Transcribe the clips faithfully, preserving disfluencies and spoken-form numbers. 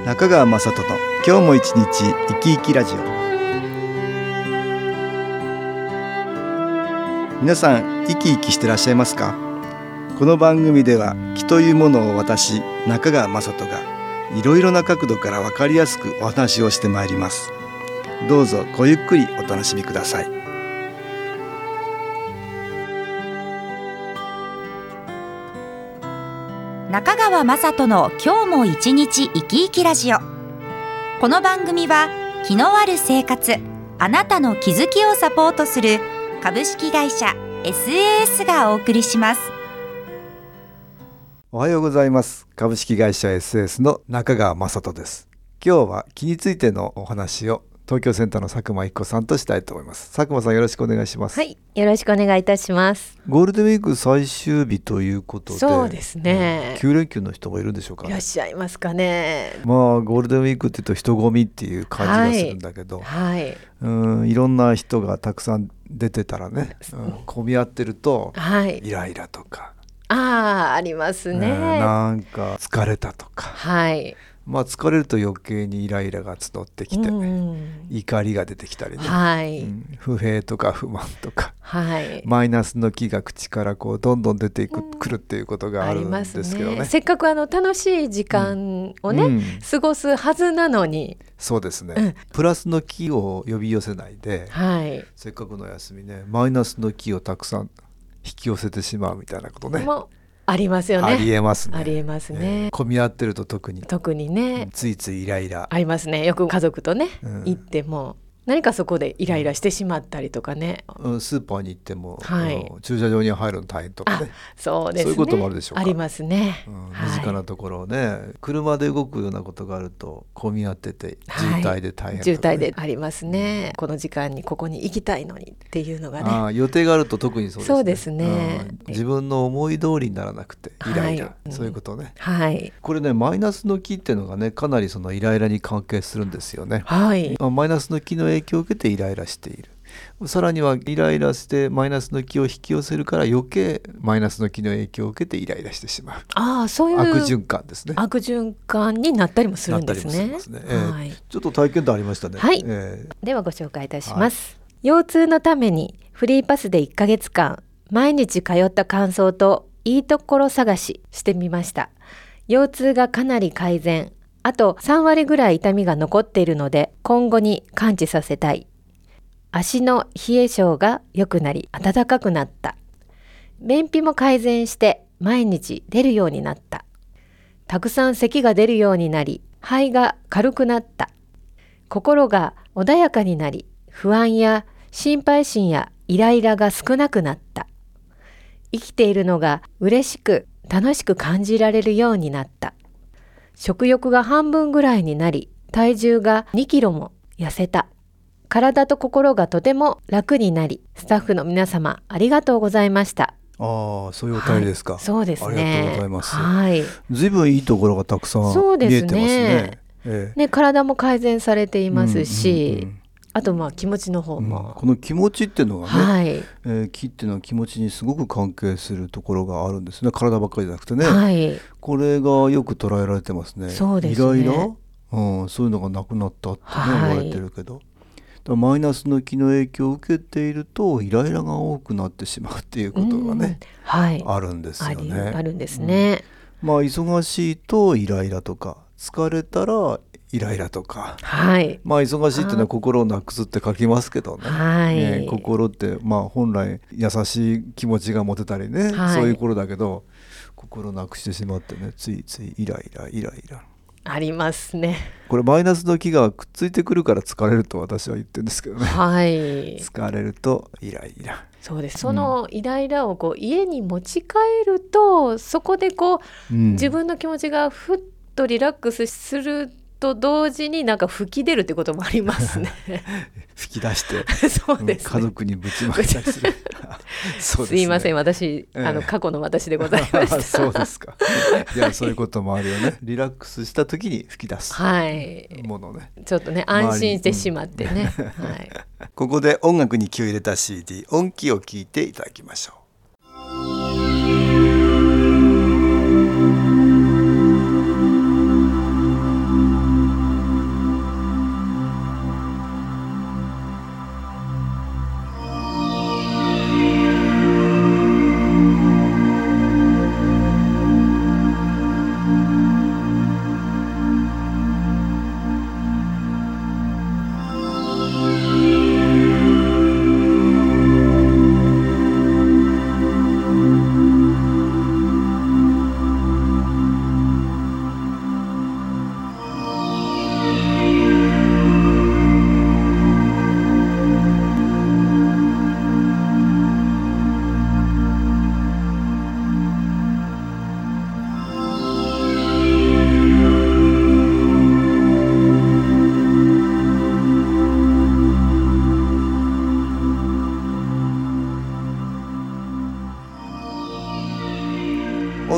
中川雅人の今日も一日生き生きラジオ。皆さん生き生きしてらっしゃいますか？この番組では気というものを私中川雅人がいろいろな角度から分かりやすくお話をしてまいります。どうぞごゆっくりお楽しみください。 中川雅人の今日も一日生き生きラジオ。この番組は気のある生活、あなたの気づきをサポートする株式会社 エスエーエス がお送りします。 おはようございます。株式会社 エスエーエス の中川雅人です。今日は気についてのお話を東京センターの佐久間一子さんとしたいと思います。佐久間さん、よろしくお願いします。 はい、よろしくお願いいたします。 ゴールデンウィーク最終日ということで、 そうですね、 きゅう連休の人もいるんでしょうか、ね、 いらっしゃいますかね。 まあゴールデンウィークって言うと人混みっていう感じがするんだけど、 はいはい、 うんいろんな人がたくさん出てたらね、うん、混み合ってると、はい、イライラとか、 ああ、ありますね、 うん、なんか疲れたとか、 はい、 まあ、疲れると余計にイライラが募ってきて、うん、怒りが出てきたりね、はいうん、不平とか不満とか、はい、マイナスの気が口からこうどんどん出ていく、うん、くるっていうことがあるんですけど ね, ねせっかくあの楽しい時間をね、うん、過ごすはずなのに。 そうですね、うん、プラスの気を呼び寄せないで、はい、せっかくの休みね、マイナスの気をたくさん引き寄せてしまうみたいなことね、もありますよね。 ありえますね。 ありえますね、 えー、混み合ってると特に特にね、 ついついイライラありますね。よく家族とね、うん、行っても何かそこでイライラしてしまったりとかね、うん、 スーパーに行っても、はい、駐車場に入るの大変とかね、 そうですね、 そういうこともあるでしょうか。ありますね、 うんはい、身近なところをね、車で動くようなことがあると混み合ってて渋滞で大変とか、ね、 はい、渋滞でありますね、うん、この時間にここに行きたいのにっていうのがね、 あ予定があると特にそうですね。 そうですね、 うん、自分の思い通りにならなくてイライラ、はい、そういうことね、 はい、 これね、マイナスの気っていうのがね、かなりそのイライラに関係するんですよね、 はい、 マイナスの気の影響を受けてイライライラしている。さらにはイライラしてマイナスの気を引き寄せるから余計マイナスの気の影響を受けてイライラしてしまう。 ああ、そういう悪循環ですね。 悪循環になったりもするんですね。 なったりもしますね、えーはい、ちょっと体験談ありましたね、 はいえー、ではご紹介いたします、はい、腰痛のためにフリーパスでいっかげつかん毎日通った感想といいところ探ししてみました。腰痛がかなり改善、あとさんわりぐらい痛みが残っているので今後に完治させたい。足の冷え性が良くなり暖かくなった。便秘も改善して毎日出るようになった。たくさん咳が出るようになり肺が軽くなった。心が穏やかになり不安や心配心やイライラが少なくなった。生きているのが嬉しく楽しく感じられるようになった。食欲が半分ぐらいになり体重がにキロも痩せた。体と心がとても楽になり、スタッフの皆様ありがとうございました。 ああ、そういうお便りですか、 はい、そうですね、 ありがとうございます、 はい、 ずいぶんいいところがたくさん見えてますね。そうですね、 ええ、ね、体も改善されていますし、うんうんうん、あとまあ気持ちの方も、 うん、この気持ちっていうのがね、はいえー、気っていうのは気持ちにすごく関係するところがあるんですね。体ばっかりじゃなくてね、はい、これがよく捉えられてますね。 そうですね、 イライラ、うん、そういうのがなくなったってね、はい、言われてるけど、マイナスの気の影響を受けているとイライラが多くなってしまうっていうことがね、うんはい、あるんですよね。 あるんですね、 うん、まあ忙しいとイライラとか、疲れたらイライラとか、はい、まあ忙しいっていうのは心をなくすって書きますけどね、はいね、心ってまあ本来優しい気持ちが持てたりね、はい、そういう頃だけど心をなくしてしまってね、ついついイライライライラありますね。 これマイナスの気がくっついてくるから疲れると私は言ってるんですけどね、はい、疲れるとイライラ。 そうです。そのイライラをこう家に持ち帰ると、そこでこう、うん、自分の気持ちがふっとリラックスすると同時になんか吹き出るってこともありますね吹き出してそうです、ね、 家族にぶちまけたりするそうです、ね、すいません、私、えー、あの過去の私でございましたそうですか。いや、そういうこともあるよね。リラックスした時に吹き出すものね、 はい、ちょっとね安心してしまってね、うんはい、 ここで音楽に気を入れた シーディー 音気を聞いていただきましょう。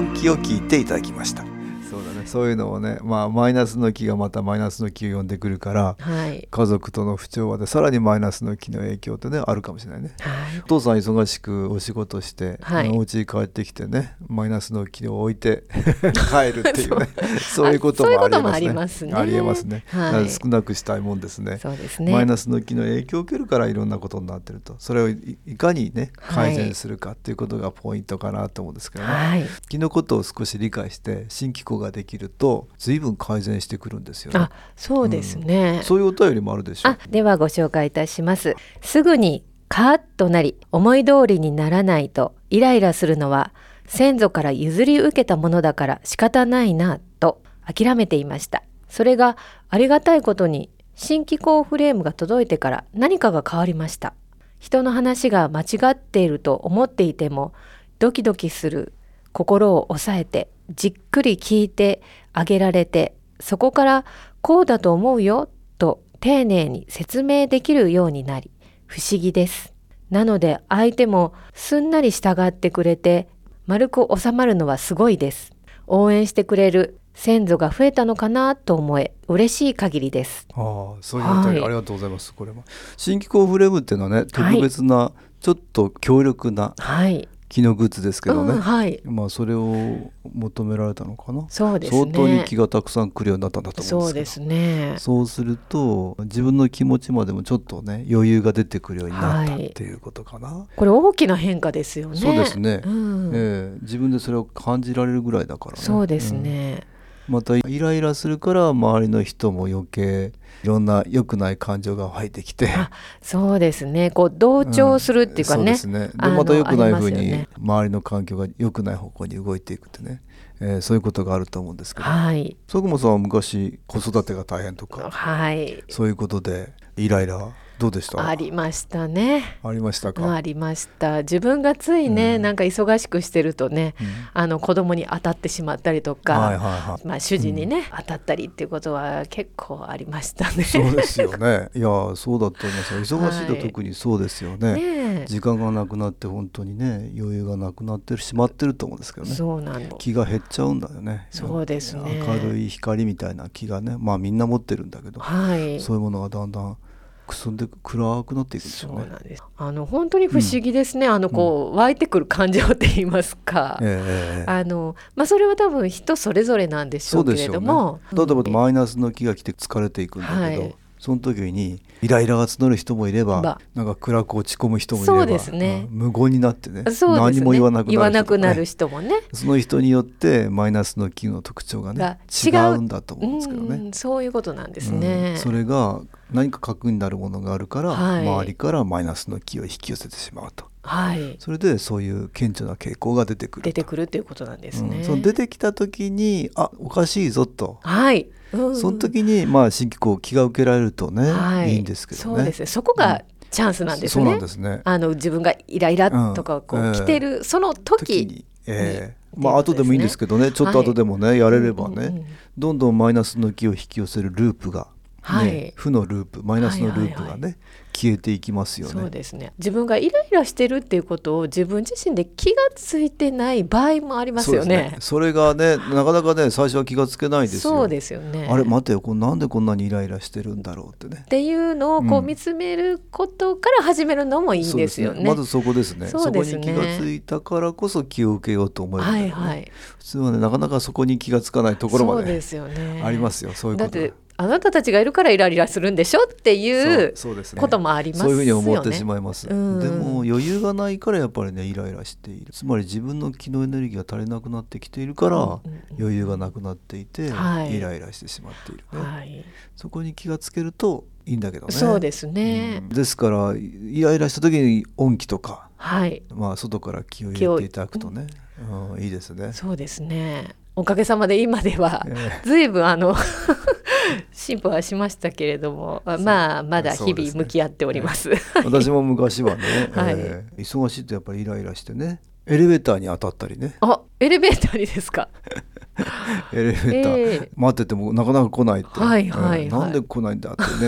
音気を聞いていただきました。そうだね、そういうのをね、まあ、マイナスの気がまたマイナスの気を呼んでくるから、はい、家族との不調和でさらにマイナスの気の影響ってねあるかもしれないね、はい、お父さん忙しくお仕事して、はい、お家に帰ってきてねマイナスの気を置いて帰るっていうねそういうこともありますね。ありえますね、はい、少なくしたいもんですね。そうですね、マイナスの気の影響を受けるからいろんなことになってると、それを い, いかにね改善するかっていうことがポイントかなと思うんですけどね、はい、気のことを少し理解して新機構ができると随分改善してくるんですよね。 あ、そうですね、 うん、そういうお便りもあるでしょう。 あ、ではご紹介いたします。すぐにカーッとなり思い通りにならないとイライラするのは先祖から譲り受けたものだから仕方ないなと諦めていました。それがありがたいことに新機構フレームが届いてから何かが変わりました。人の話が間違っていると思っていてもドキドキする心を抑えてじっくり聞いてあげられて、そこからこうだと思うよと丁寧に説明できるようになり不思議です。なので相手もすんなり従ってくれて丸く収まるのはすごいです。応援してくれる先祖が増えたのかなと思え嬉しい限りです。 ああ、そういうお便り、はい、ありがとうございます。これも新機構フレームっていうのはね、特別な、はい、ちょっと強力な、はい、気のグッズですけどね、うん、はい、まあ、それを求められたのかな。 そうですね、 相当に気がたくさん来るようになったんだと思うんですけど、そうですね、そうすると自分の気持ちまでもちょっとね余裕が出てくるようになったっていうことかな、はい、 これ大きな変化ですよね。 そうですね、うん、えー、自分でそれを感じられるぐらいだからね。 そうですね、 うん、またイライラするから周りの人も余計いろんな良くない感情が湧いてきて、 あ、そうですね、こう同調するっていうかね、うん、そうですね、 でまた良くない風に周りの環境が良くない方向に動いていくってね、えー、そういうことがあると思うんですけど、はい、佐久間さんは昔子育てが大変とか、はい、そういうことでイライラどうでした？ ありましたね。 ありましたか？ ありました。自分がついね、うん、なんか忙しくしてるとね、うん、あの子供に当たってしまったりとか、はいはいはい、まあ、主人にね、うん、当たったりっていうことは結構ありましたね。 そうですよね。いやそうだと思います。忙しいと特にそうですよね、はい、ね、時間がなくなって本当にね余裕がなくなってしまってると思うんですけどね。そうなんだ、気が減っちゃうんだよね。 そうですね、 明るい光みたいな気がね、まあみんな持ってるんだけど、はい、そういうものがだんだんくすんで暗くなっていくんですよね。 そうなんです。あの本当に不思議ですね、うん、あのこう湧いてくる感情って言いますか、えーあのまあ、それは多分人それぞれなんでしょうけれども、 ね、例えばマイナスの気が来て疲れていくんだけど、はい、その時にイライラが募る人もいれば、なんか暗く落ち込む人もいれば、そうですね、無言になって ね, ね何も言わなくなる人、ね、言わなくなる人もね、その人によってマイナスの気の特徴がね違うんだと思うんですけどね、 うん、そういうことなんですね、 うん、それが何か核になるものがあるから、はい、周りからマイナスの気を引き寄せてしまうと、はい、それでそういう顕著な傾向が出てくる出てくるということなんですね、 うん、その出てきた時にあおかしいぞと、 はい、うん、 その時にまあ新機構気が受けられるとね、はい、いいんですけどね。 そうですね、そこがチャンスなんですね、 うん、そうなんですね。 あの自分がイライラとかこう、うん、来てるその時に、 えーまあ後でもいいんですけどね、ちょっと後でもね、はい、やれればね、うんうんうん、どんどんマイナスの気を引き寄せるループがはいね、負のループ、マイナスのループがね、はいはいはい、消えていきますよね。 そうですね、自分がイライラしてるっていうことを自分自身で気がついてない場合もありますよね。 そうですね、 それがねなかなかね最初は気がつけないですよ。 そうですよね。 あれ待てよ、これなんでこんなにイライラしてるんだろうってねっていうのをこう見つめることから始めるのもいいんですよね、 うん、そうですね、まずそこですね。そこに気がついたからこそ気を受けようと思えるんだよね、はいはい、普通はねなかなかそこに気がつかないところまで、そうですよね、ありますよ、そういうこと。だってあなたたちがいるからイライラするんでしょっていうこともありますよね。 そういうふうに思ってしまいます、うん、でも余裕がないからやっぱりねイライラしている。つまり自分の気のエネルギーが足りなくなってきているから、うんうんうん、余裕がなくなっていて、はい、イライラしてしまっているね、はい、そこに気がつけるといいんだけどね。 そうですね、 うん、ですからイライラした時に音気とか、はい、まあ、外から気を入れていただくとね、うん、いいですね。 そうですね、おかげさまで今ではずいぶんあの進歩はしましたけれども、まあまだ日々向き合っております。 私も昔はね、はい、えー、忙しいとやっぱりイライラしてね、エレベーターに当たったりね。 あ、エレベーターにですか？ エレベーター、えー、待っててもなかなか来ないって、はいはいはい、なんで来ないんだってね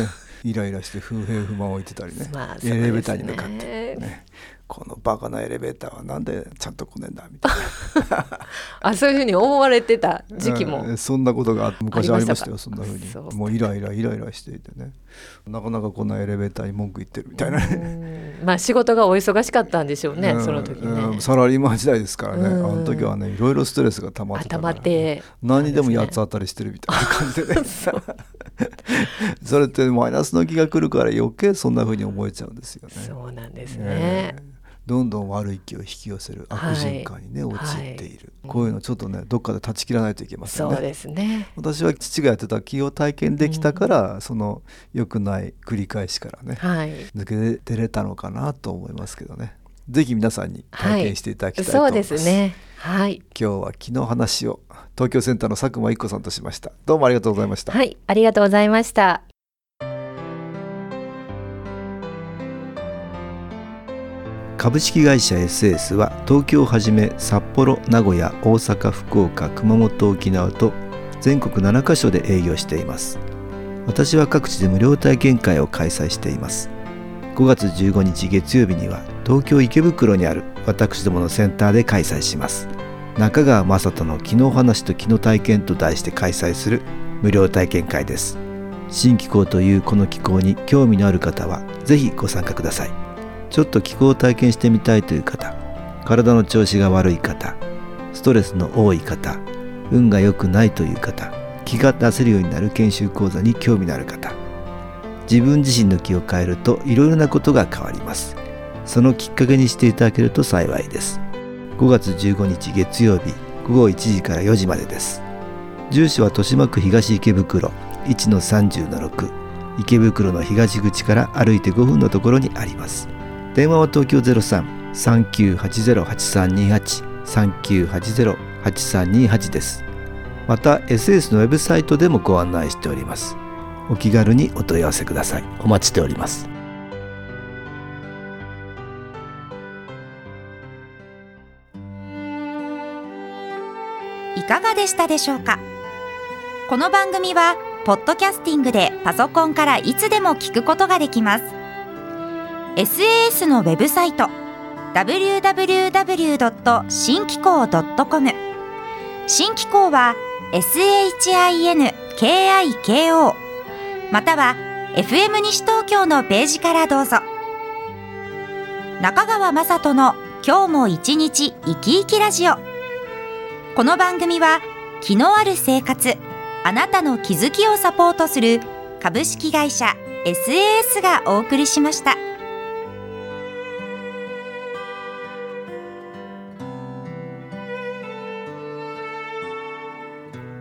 イライラして不平不満を言ってたりね、まあ、エレベーターに向かって、ね、このバカなエレベーターはなんでちゃんと来ねえんだみたいなあ、そういうふうに思われてた時期も、 うん、そんなことが昔ありましたよ。そんなふうにもうイライライライラしていてね、なかなかこんなエレベーターに文句言ってるみたいなねまあ仕事がお忙しかったんでしょうね、うん、その時ね、 うん、サラリーマン時代ですからね、うん、あの時はねいろいろストレスが溜まってたから、ね、って何にでも八つ当たりしてるみたいな感じで、ね、そ, それってマイナスの気が来るから余計そんな風に思えちゃうんですよね。 そうなんですね、えーどんどん悪い気を引き寄せる悪循環にね、はい、陥っている、はい、こういうのちょっとねどっかで断ち切らないといけませんね。 そうですね。 私は父がやってた気を体験できたから、うん、その良くない繰り返しからね、はい、抜け出れたのかなと思いますけどね。ぜひ皆さんに体験していただきたいと思います、 はい、そうですね、はい、 今日は気の話を東京センターの佐久間一子さんとしました。どうもありがとうございました。 はい、ありがとうございました。 株式会社 エスエス は東京をはじめ札幌、名古屋、大阪、福岡、熊本、沖縄と全国ななカ所で営業しています。私は各地で無料体験会を開催しています。ごがつじゅうごにち月曜日には東京池袋にある私どものセンターで開催します。中川雅人の気の話と気の体験と題して開催する無料体験会です。新気候というこの気候に興味のある方はぜひご参加ください。ちょっと気候を体験してみたいという方、体の調子が悪い方、ストレスの多い方、運が良くないという方、気が出せるようになる研修講座に興味のある方、自分自身の気を変えるといろいろなことが変わります。そのきっかけにしていただけると幸いです。ごがつじゅうごにち月曜日ごごいちじからよじまでです。住所は豊島区東池袋 いちのさんじゅうのろく、池袋の東口から歩いてごふんのところにあります。電話は東京 ゼロさん さんきゅうはちゼロ はちさんにはち さんきゅうはちゼロ はちさんにはち です。また エスエス のウェブサイトでもご案内しております。お気軽にお問い合わせください。お待ちしております。 いかがでしたでしょうか。この番組はポッドキャスティングでパソコンからいつでも聞くことができます。エスエーエス のウェブサイト ダブリューダブリューダブリュードットシンキコードットコム、 新気候は エスエイチアイエヌケーアイケーオー または エフエム 西東京のページからどうぞ。中川雅人の今日も一日生き生きラジオ。この番組は気のある生活、あなたの気づきをサポートする株式会社 エスエーエス がお送りしました。